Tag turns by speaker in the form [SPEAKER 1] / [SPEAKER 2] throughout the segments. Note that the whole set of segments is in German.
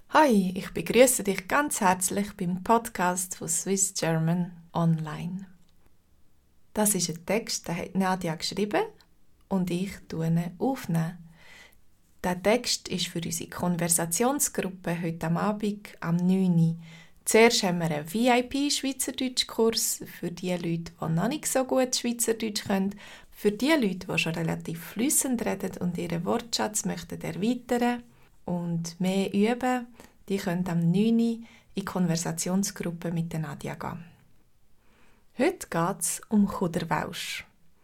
[SPEAKER 1] Hi, ich begrüße dich ganz herzlich beim Podcast von Swiss German Online. Das ist ein Text, den hat Nadia geschrieben und ich aufnehme. Der Text ist für unsere Konversationsgruppe heute am Abend am 9 Uhr. Zuerst haben wir einen VIP-Schweizerdeutsch-Kurs für die Leute, die noch nicht so gut Schweizerdeutsch können. Für die Leute, die schon relativ fließend reden und ihren Wortschatz möchten erweitern und mehr üben, die können am 9 Uhr in die Konversationsgruppe mit der Nadia gehen. Heute geht es um Chuderwelsch.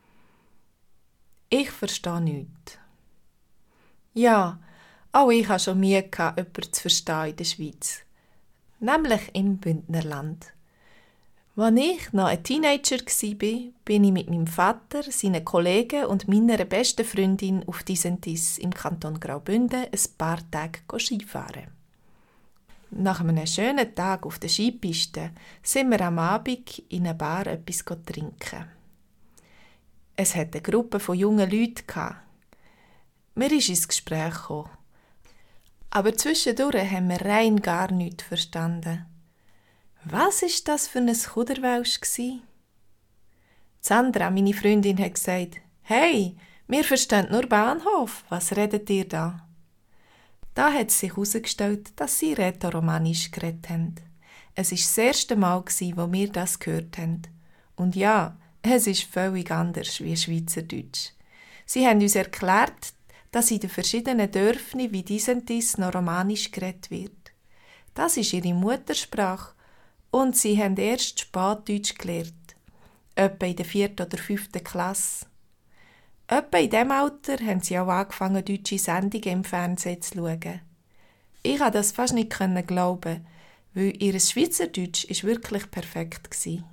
[SPEAKER 1] Ich verstehe nichts. Ja, auch ich hatte schon Mühe, jemanden zu verstehen in der Schweiz. Nämlich im Bündnerland. Als ich noch ein Teenager war, bin ich mit meinem Vater, seinen Kollegen und meiner besten Freundin auf Disentis im Kanton Graubünden ein paar Tage Skifahren. Nach einem schönen Tag auf der Skipiste sind wir am Abend in einer Bar etwas trinken. Es hatte eine Gruppe von jungen Leuten. Mir ist ins Gespräch gekommen. Aber zwischendurch haben wir rein gar nichts verstanden. Was war das für ein Chuderwelsch? Sandra, meine Freundin, hat gesagt, «Hey, wir verstehen nur Bahnhof, was redet ihr da?» Da hat sich herausgestellt, dass sie Rätoromanisch geredet haben. Es war das erste Mal, wo wir das gehört haben. Und ja, es ist völlig anders wie Schweizerdeutsch. Sie haben uns erklärt, dass in den verschiedenen Dörfern wie Disentis noch Romanisch geredet wird. Das ist ihre Muttersprache und sie haben erst Spätdeutsch gelernt, etwa in der 4. oder 5. Klasse. Etwa in diesem Alter haben sie auch angefangen, deutsche Sendungen im Fernsehen zu schauen. Ich konnte das fast nicht glauben, weil ihr Schweizerdeutsch ist wirklich perfekt war.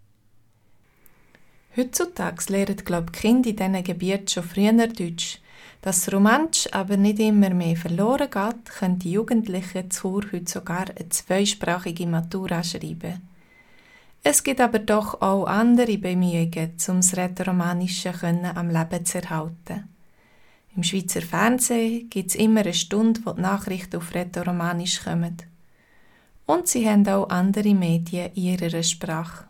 [SPEAKER 1] Heutzutage lernen, die Kinder in diesen Gebieten schon früher Deutsch. Dass das Romansch aber nicht immer mehr verloren geht, können die Jugendlichen zu Chur heute sogar eine zweisprachige Matura schreiben. Es gibt aber doch auch andere Bemühungen, um das Rätoromanische am Leben zu erhalten. Im Schweizer Fernsehen gibt es immer eine Stunde, wo die Nachrichten auf Rätoromanisch kommen. Und sie haben auch andere Medien in ihrer Sprache.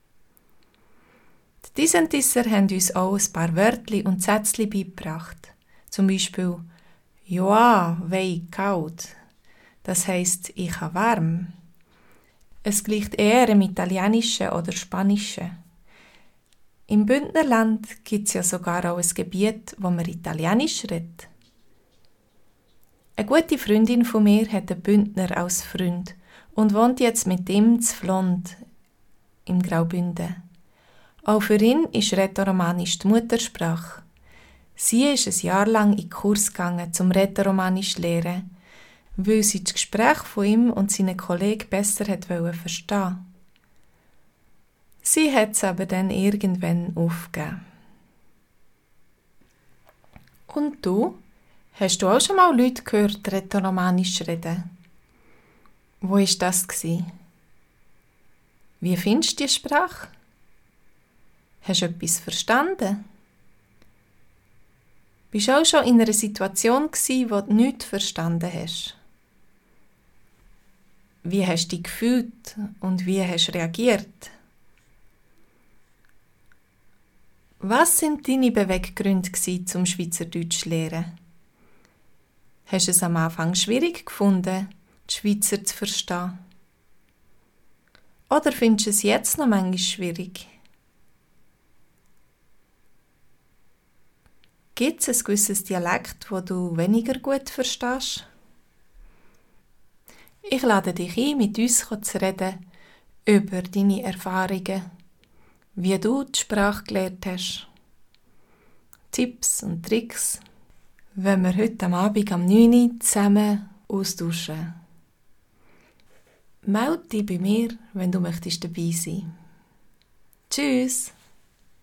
[SPEAKER 1] Die Disentisser haben uns auch ein paar Wörtli und Sätzli beigebracht. Zum Beispiel «Joa, wei kalt». Das heisst «Ich habe warm». Es gleicht eher im Italienischen oder Spanischen. Im Bündnerland gibt es ja sogar auch ein Gebiet, wo man Italienisch redet. Eine gute Freundin von mir hat einen Bündner als Freund und wohnt jetzt mit ihm zu Flond im Graubünden. Auch für ihn ist Rätoromanisch die Muttersprache. Sie ist ein Jahr lang in den Kurs gegangen, um Rätoromanisch zu lernen, weil sie das Gespräch von ihm und seinen Kollegen besser verstehen wollte. Sie hat es aber dann irgendwann aufgegeben. Und du? Hast du auch schon mal Leute gehört, Rätoromanisch reden? Wo war das? Wie findest du die Sprache? Hast du etwas verstanden? Bist du auch schon in einer Situation gsi, wo du nichts verstanden hast? Wie hast du dich gefühlt und wie hast du reagiert? Was sind deine Beweggründe zum Schweizerdeutsch zu lernen? Hast du es am Anfang schwierig gefunden, die Schweizer zu verstehen? Oder findest du es jetzt noch manchmal schwierig? Gibt es ein gewisses Dialekt, das du weniger gut verstehst? Ich lade dich ein, mit uns zu reden über deine Erfahrungen, wie du die Sprache gelernt hast. Tipps und Tricks, wenn wir heute am Abend am 9 Uhr zusammen austauschen. Melde dich bei mir, wenn du dabei sein möchtest. Tschüss!